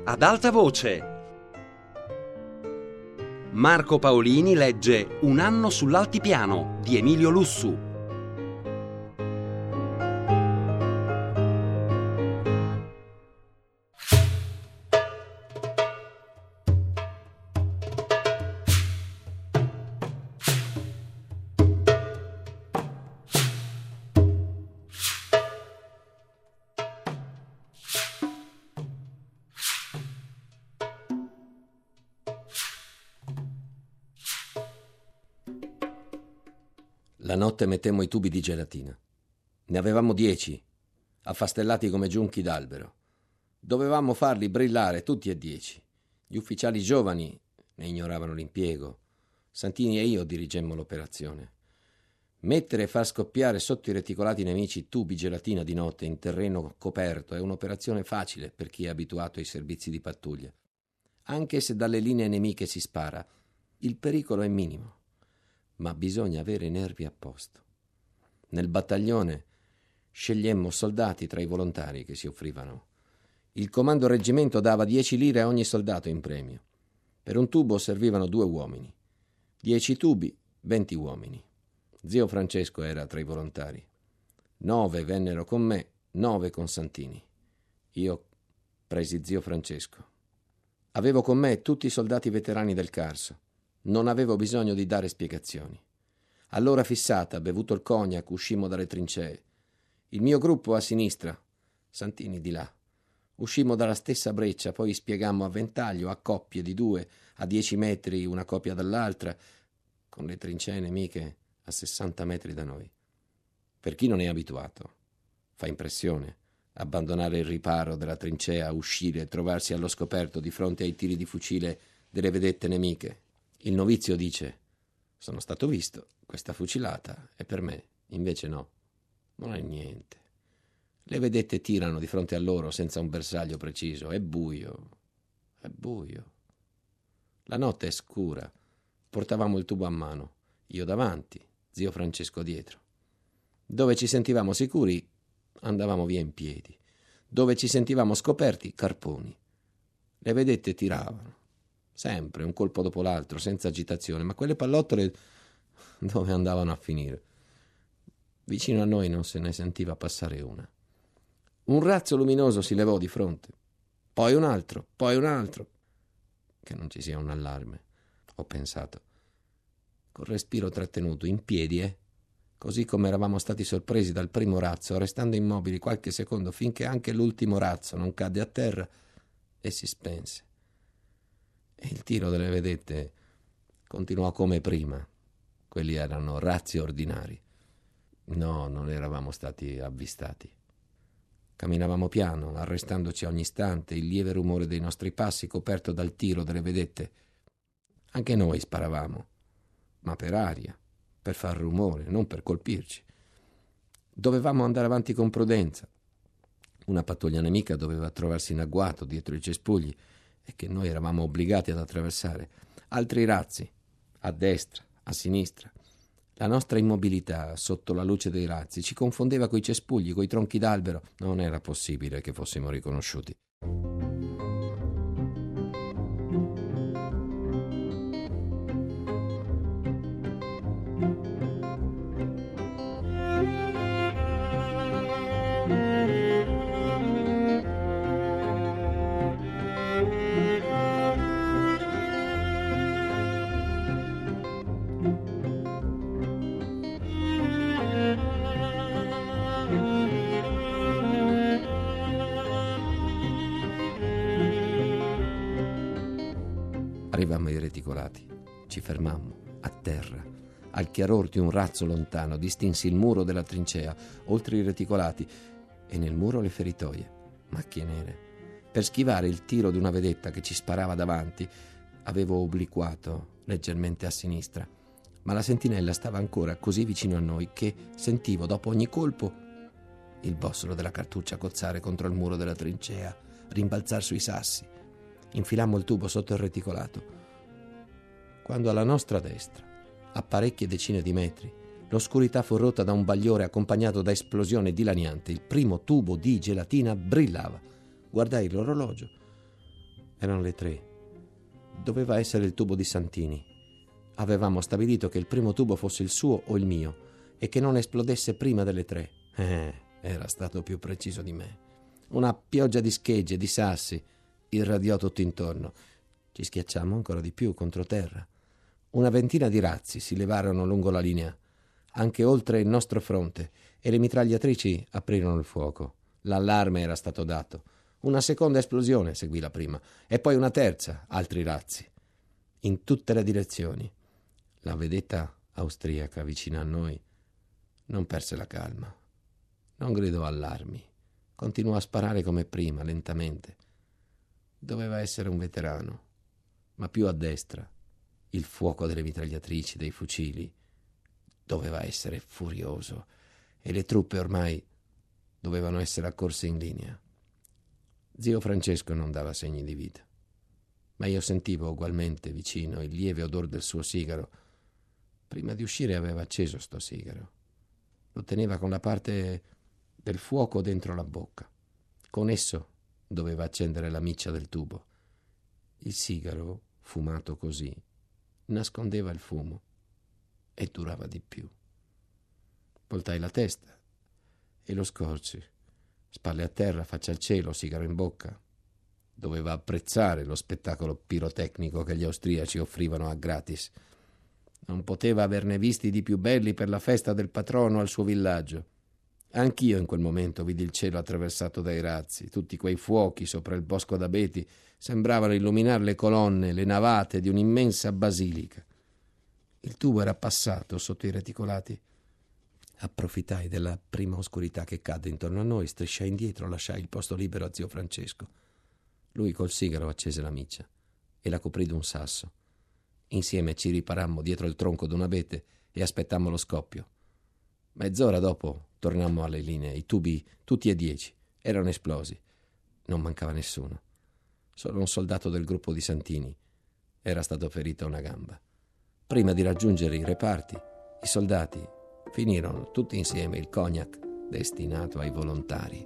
ad alta voce. Marco Paolini legge Un anno sull'altipiano di Emilio Lussu. La notte mettemmo i tubi di gelatina. Ne avevamo 10, affastellati come giunchi d'albero. Dovevamo farli brillare tutti e 10. Gli ufficiali giovani ne ignoravano l'impiego. Santini e io dirigemmo l'operazione. Mettere e far scoppiare sotto i reticolati nemici tubi gelatina di notte in terreno coperto è un'operazione facile per chi è abituato ai servizi di pattuglia. Anche se dalle linee nemiche si spara, il pericolo è minimo. Ma bisogna avere i nervi a posto. Nel battaglione scegliemmo soldati tra i volontari che si offrivano. Il comando reggimento dava 10 lire a ogni soldato in premio. Per un tubo servivano 2 uomini. 10 tubi, 20 uomini. Zio Francesco era tra i volontari. 9 vennero con me, 9 con Santini. Io presi zio Francesco. Avevo con me tutti i soldati veterani del Carso. Non avevo bisogno di dare spiegazioni. All'ora fissata, bevuto il cognac, uscimmo dalle trincee. Il mio gruppo a sinistra, Santini di là. Uscimmo dalla stessa breccia, poi spiegammo a ventaglio, a coppie di 2, a 10 metri una coppia dall'altra, con le trincee nemiche a 60 metri da noi. Per chi non è abituato, fa impressione abbandonare il riparo della trincea, uscire e trovarsi allo scoperto di fronte ai tiri di fucile delle vedette nemiche. Il novizio dice: sono stato visto, questa fucilata è per me, invece no, non è niente. Le vedette tirano di fronte a loro senza un bersaglio preciso, è buio. La notte è scura, portavamo il tubo a mano, io davanti, zio Francesco dietro. Dove ci sentivamo sicuri, andavamo via in piedi. Dove ci sentivamo scoperti, carponi. Le vedette tiravano. Sempre, un colpo dopo l'altro, senza agitazione, ma quelle pallottole dove andavano a finire? Vicino a noi non se ne sentiva passare una. Un razzo luminoso si levò di fronte, poi un altro. Che non ci sia un allarme, ho pensato. Col respiro trattenuto, in piedi, così come eravamo stati sorpresi dal primo razzo, restando immobili qualche secondo finché anche l'ultimo razzo non cadde a terra e si spense. E il tiro delle vedette continuò come prima. Quelli erano razzi ordinari. No, non eravamo stati avvistati. Camminavamo piano, arrestandoci a ogni istante, il lieve rumore dei nostri passi coperto dal tiro delle vedette. Anche noi sparavamo, ma per aria, per far rumore, non per colpirci. Dovevamo andare avanti con prudenza. Una pattuglia nemica doveva trovarsi in agguato dietro i cespugli e che noi eravamo obbligati ad attraversare. Altri razzi, a destra, a sinistra. La nostra immobilità sotto la luce dei razzi ci confondeva coi cespugli, coi tronchi d'albero. Non era possibile che fossimo riconosciuti. Arrivammo ai reticolati, ci fermammo, a terra. Al chiaror di un razzo lontano distinsi il muro della trincea, oltre i reticolati, e nel muro le feritoie, macchie nere. Per schivare il tiro di una vedetta che ci sparava davanti, avevo obliquato leggermente a sinistra, ma la sentinella stava ancora così vicino a noi che sentivo dopo ogni colpo il bossolo della cartuccia cozzare contro il muro della trincea, rimbalzar sui sassi. Infilammo il tubo sotto il reticolato, quando alla nostra destra, a parecchie decine di metri, l'oscurità fu rotta da un bagliore accompagnato da esplosione dilaniante. Il primo tubo di gelatina brillava. Guardai l'orologio. Erano le 3. Doveva essere il tubo di Santini. Avevamo stabilito che il primo tubo fosse il suo o il mio e che non esplodesse prima delle 3. Era stato più preciso di me. Una pioggia di schegge, di sassi, irradiò tutto intorno. Ci schiacciammo ancora di più contro terra. Una ventina di razzi si levarono lungo la linea, anche oltre il nostro fronte, e le mitragliatrici aprirono il fuoco. L'allarme era stato dato. Una seconda esplosione seguì la prima, e poi una terza, altri razzi. In tutte le direzioni. La vedetta austriaca vicina a noi non perse la calma. Non gridò allarmi. Continuò a sparare come prima, lentamente. Doveva essere un veterano, ma più a destra. Il fuoco delle mitragliatrici, dei fucili, doveva essere furioso e le truppe ormai dovevano essere accorse in linea. Zio Francesco non dava segni di vita, ma io sentivo ugualmente vicino il lieve odore del suo sigaro. Prima di uscire aveva acceso sto sigaro. Lo teneva con la parte del fuoco dentro la bocca. Con esso doveva accendere la miccia del tubo. Il sigaro, fumato così, nascondeva il fumo e durava di più. Voltai la testa e lo scorci, spalle a terra, faccia al cielo, sigaro in bocca. Doveva apprezzare lo spettacolo pirotecnico che gli austriaci offrivano a gratis. Non poteva averne visti di più belli per la festa del patrono al suo villaggio. Anch'io in quel momento vidi il cielo attraversato dai razzi. Tutti quei fuochi sopra il bosco d'abeti sembravano illuminare le colonne, le navate di un'immensa basilica. Il tubo era passato sotto i reticolati. Approfittai della prima oscurità che cadde intorno a noi, strisciai indietro, lasciai il posto libero a zio Francesco. Lui col sigaro accese la miccia e la coprì d'un sasso. Insieme ci riparammo dietro il tronco d'un abete e aspettammo lo scoppio. Mezz'ora dopo tornammo alle linee. I tubi, tutti e 10, erano esplosi. Non mancava nessuno. Solo un soldato del gruppo di Santini era stato ferito a una gamba. Prima di raggiungere i reparti, i soldati finirono tutti insieme il cognac destinato ai volontari.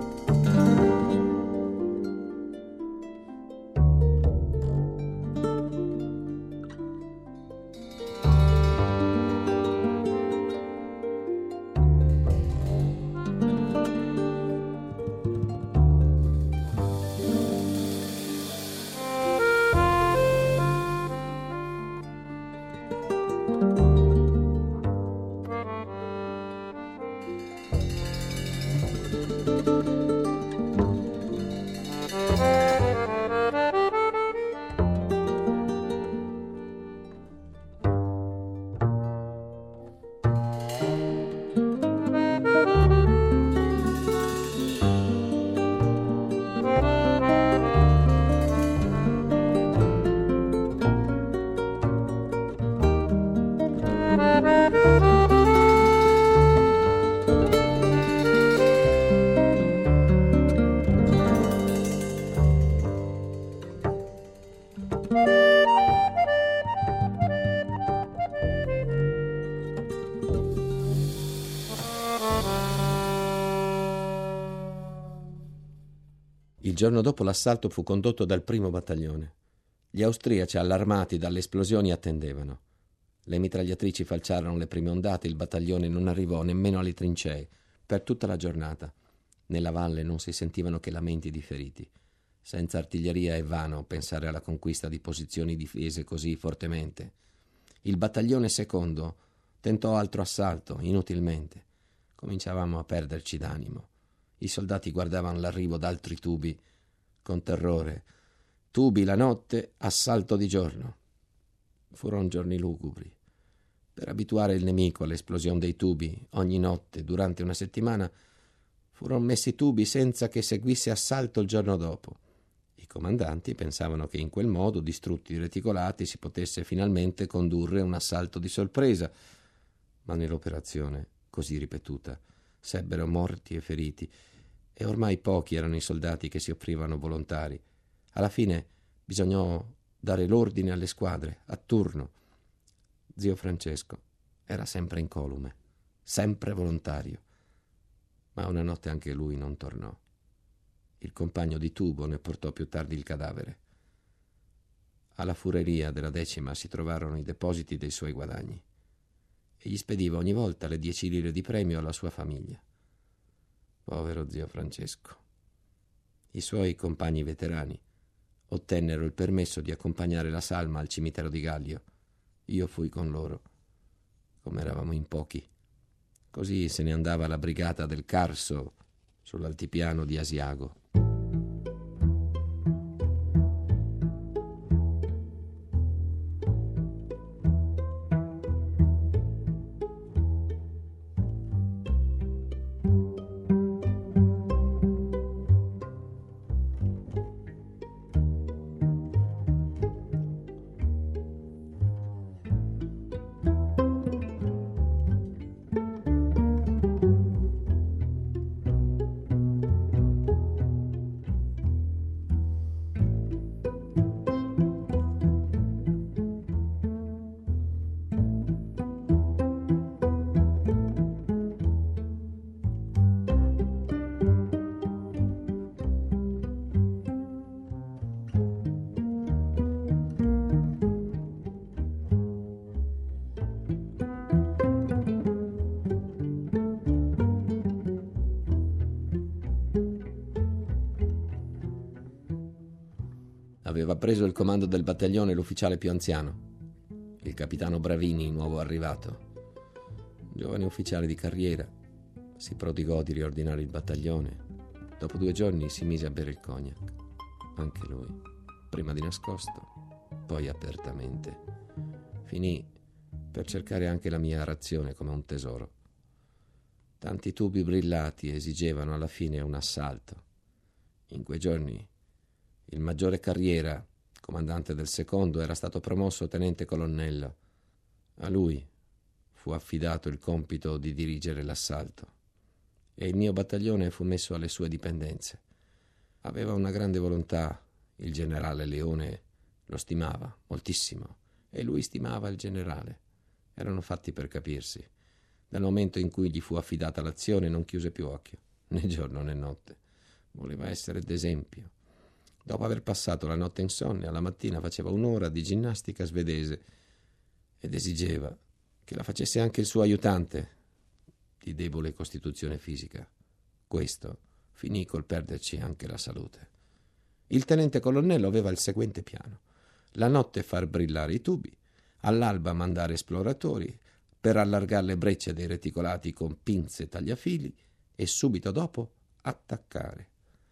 Il giorno dopo l'assalto fu condotto dal primo battaglione. Gli austriaci, allarmati dalle esplosioni, attendevano. Le mitragliatrici falciarono le prime ondate, il battaglione non arrivò nemmeno alle trincee per tutta la giornata. Nella valle non si sentivano che lamenti di feriti. Senza artiglieria è vano pensare alla conquista di posizioni difese così fortemente. Il battaglione secondo tentò altro assalto, inutilmente. Cominciavamo a perderci d'animo. I soldati guardavano l'arrivo d'altri tubi con terrore. Tubi la notte, assalto di giorno. Furono giorni lugubri. Per abituare il nemico all'esplosione dei tubi, ogni notte, durante una settimana, furono messi tubi senza che seguisse assalto il giorno dopo. I comandanti pensavano che in quel modo, distrutti i reticolati, si potesse finalmente condurre un assalto di sorpresa, ma nell'operazione, così ripetuta, sebbero morti e feriti, e ormai pochi erano i soldati che si offrivano volontari. Alla fine bisognò dare l'ordine alle squadre, a turno. Zio Francesco era sempre incolume, sempre volontario, ma una notte anche lui non tornò. Il compagno di tubo ne portò più tardi il cadavere. Alla fureria della 10ª si trovarono i depositi dei suoi guadagni e gli spediva ogni volta le 10 lire di premio alla sua famiglia. Povero zio Francesco. I suoi compagni veterani ottennero il permesso di accompagnare la salma al cimitero di Gallio. Io fui con loro. Come eravamo in pochi, così se ne andava la brigata del Carso sull'altipiano di Asiago. Aveva preso il comando del battaglione l'ufficiale più anziano, il capitano Bravini, nuovo arrivato. Giovane ufficiale di carriera, si prodigò di riordinare il battaglione. Dopo 2 giorni si mise a bere il cognac. Anche lui, prima di nascosto, poi apertamente. Finì per cercare anche la mia razione come un tesoro. Tanti tubi brillati esigevano alla fine un assalto. In quei giorni il maggiore Carriera, comandante del secondo, era stato promosso tenente colonnello. A lui fu affidato il compito di dirigere l'assalto e il mio battaglione fu messo alle sue dipendenze. Aveva una grande volontà, il generale Leone lo stimava moltissimo e lui stimava il generale. Erano fatti per capirsi. Dal momento in cui gli fu affidata l'azione non chiuse più occhio, né giorno né notte. Voleva essere d'esempio. Dopo aver passato la notte insonne, alla mattina faceva 1 ora di ginnastica svedese ed esigeva che la facesse anche il suo aiutante, di debole costituzione fisica. Questo finì col perderci anche la salute. Il tenente colonnello aveva il seguente piano: la notte far brillare i tubi, all'alba mandare esploratori per allargare le brecce dei reticolati con pinze e tagliafili e subito dopo attaccare.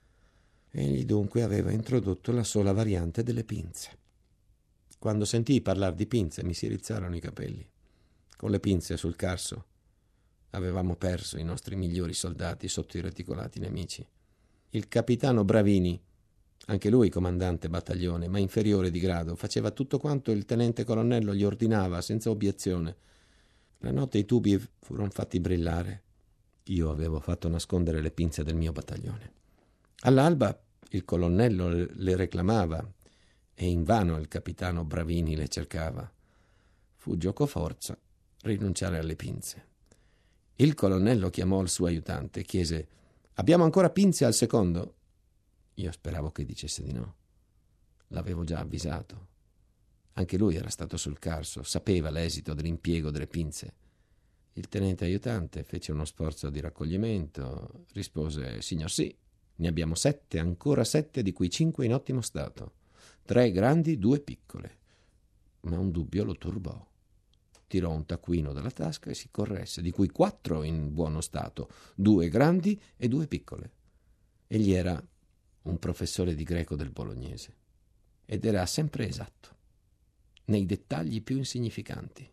Egli dunque aveva introdotto la sola variante delle pinze. Quando sentii parlare di pinze mi si rizzarono i capelli. Con le pinze sul Carso avevamo perso i nostri migliori soldati sotto i reticolati nemici. Il capitano Bravini, anche lui comandante battaglione, ma inferiore di grado, faceva tutto quanto il tenente colonnello gli ordinava senza obiezione. La notte i tubi furono fatti brillare. Io avevo fatto nascondere le pinze del mio battaglione. All'alba il colonnello le reclamava e invano il capitano Bravini le cercava. Fu giocoforza rinunciare alle pinze. Il colonnello chiamò il suo aiutante e chiese: «Abbiamo ancora pinze al secondo?» Io speravo che dicesse di no. L'avevo già avvisato. Anche lui era stato sul Carso, sapeva l'esito dell'impiego delle pinze. Il tenente aiutante fece uno sforzo di raccoglimento, rispose: «Signor sì, ne abbiamo 7, ancora 7, di cui 5 in ottimo stato. 3 grandi, 2 piccole». Ma un dubbio lo turbò. Tirò un taccuino dalla tasca e si corresse, di cui 4 in buono stato, 2 grandi e 2 piccole. Egli era un professore di greco del bolognese ed era sempre esatto, nei dettagli più insignificanti.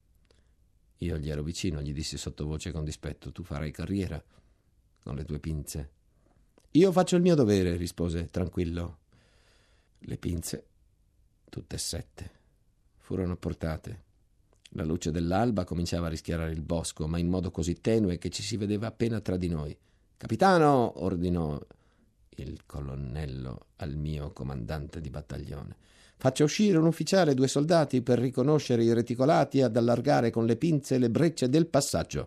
Io gli ero vicino, gli dissi sottovoce con dispetto: «Tu farai carriera con le tue pinze». «Io faccio il mio dovere», rispose tranquillo. Le pinze, tutte 7, furono portate. La luce dell'alba cominciava a rischiarare il bosco, ma in modo così tenue che ci si vedeva appena tra di noi. «Capitano», ordinò il colonnello al mio comandante di battaglione, «faccia uscire un ufficiale e 2 soldati per riconoscere i reticolati e ad allargare con le pinze le brecce del passaggio».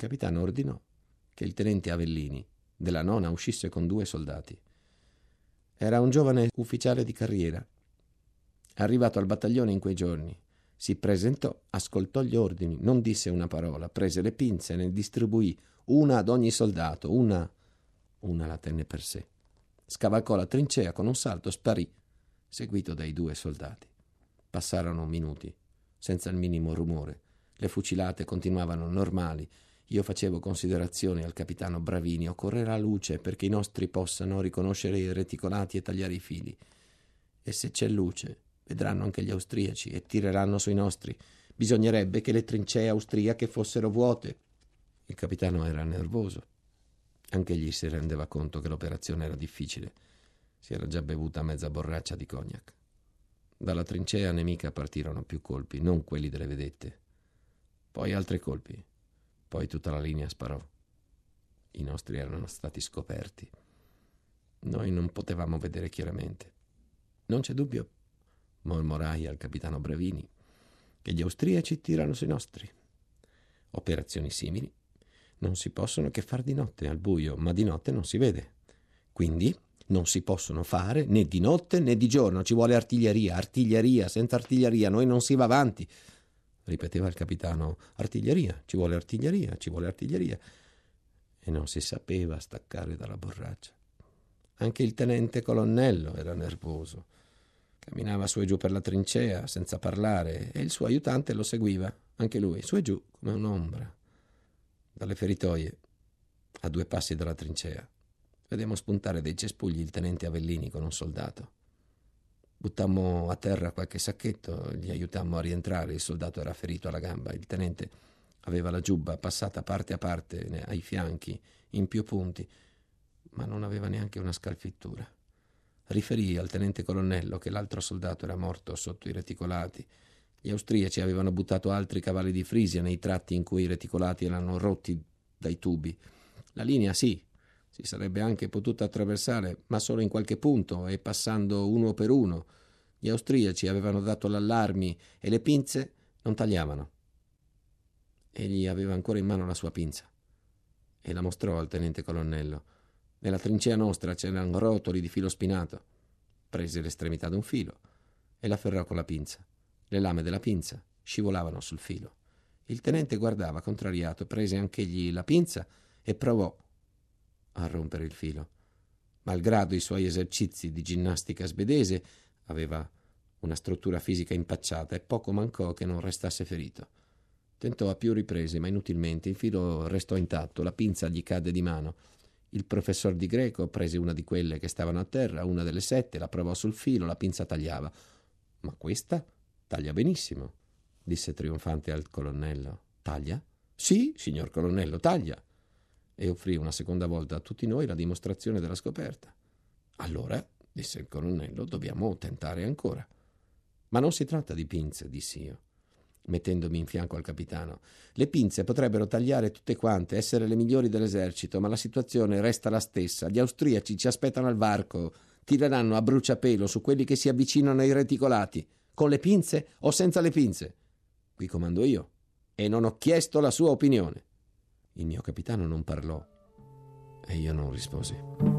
capitano ordinò che il tenente Avellini della nona uscisse con 2 soldati. Era un giovane ufficiale di carriera, arrivato al battaglione in quei giorni. Si presentò, ascoltò gli ordini, non disse una parola, prese le pinze e ne distribuì una ad ogni soldato, una la tenne per sé. Scavalcò la trincea con un salto, sparì, seguito dai 2 soldati. Passarono minuti, senza il minimo rumore. Le fucilate continuavano normali. Io facevo considerazioni al capitano Bravini: occorrerà luce perché i nostri possano riconoscere i reticolati e tagliare i fili. E se c'è luce, vedranno anche gli austriaci e tireranno sui nostri. Bisognerebbe che le trincee austriache fossero vuote. Il capitano era nervoso. Anche egli si rendeva conto che l'operazione era difficile. Si era già bevuta mezza borraccia di cognac. Dalla trincea nemica partirono più colpi, non quelli delle vedette. Poi altri colpi. Poi tutta la linea sparò. I nostri erano stati scoperti. Noi non potevamo vedere chiaramente. Non c'è dubbio, mormorai al capitano Bravini, che gli austriaci tirano sui nostri. Operazioni simili non si possono che far di notte al buio, ma di notte non si vede. Quindi non si possono fare né di notte né di giorno. Ci vuole artiglieria, artiglieria, senza artiglieria noi non si va avanti. Ripeteva il capitano: artiglieria, ci vuole artiglieria, ci vuole artiglieria. E non si sapeva staccare dalla borraccia. Anche il tenente colonnello era nervoso. Camminava su e giù per la trincea senza parlare e il suo aiutante lo seguiva, anche lui, su e giù come un'ombra. Dalle feritoie, a 2 passi dalla trincea, vedemmo spuntare dei cespugli il tenente Avellini con un soldato. Buttammo a terra qualche sacchetto, gli aiutammo a rientrare. Il soldato era ferito alla gamba. Il tenente aveva la giubba passata parte a parte ai fianchi, in più punti, ma non aveva neanche una scalfittura. Riferì al tenente colonnello che l'altro soldato era morto sotto i reticolati. Gli austriaci avevano buttato altri cavalli di Frisia nei tratti in cui i reticolati erano rotti dai tubi. La linea sì, si sarebbe anche potuta attraversare, ma solo in qualche punto e passando uno per uno. Gli austriaci avevano dato l'allarmi e le pinze non tagliavano. Egli aveva ancora in mano la sua pinza e la mostrò al tenente colonnello. Nella trincea nostra c'erano rotoli di filo spinato. Prese l'estremità d'un filo e l'afferrò con la pinza. Le lame della pinza scivolavano sul filo. Il tenente guardava contrariato, prese anch'egli la pinza e provò a rompere il filo. Malgrado i suoi esercizi di ginnastica svedese, aveva una struttura fisica impacciata e poco mancò che non restasse ferito. Tentò a più riprese, ma inutilmente. Il filo restò intatto, la pinza gli cadde di mano. Il professor di greco prese una di quelle che stavano a terra, una delle 7, la provò sul filo, la pinza tagliava. «Ma questa taglia benissimo», disse trionfante al colonnello. «Taglia?» «Sì, signor colonnello, taglia», e offrì una seconda volta a tutti noi la dimostrazione della scoperta. «Allora», disse il colonnello, «dobbiamo tentare ancora». «Ma non si tratta di pinze», dissi io, mettendomi in fianco al capitano. «Le pinze potrebbero tagliare tutte quante, essere le migliori dell'esercito, ma la situazione resta la stessa. Gli austriaci ci aspettano al varco, tireranno a bruciapelo su quelli che si avvicinano ai reticolati, con le pinze o senza le pinze. Qui comando io e non ho chiesto la sua opinione». Il mio capitano non parlò e io non risposi.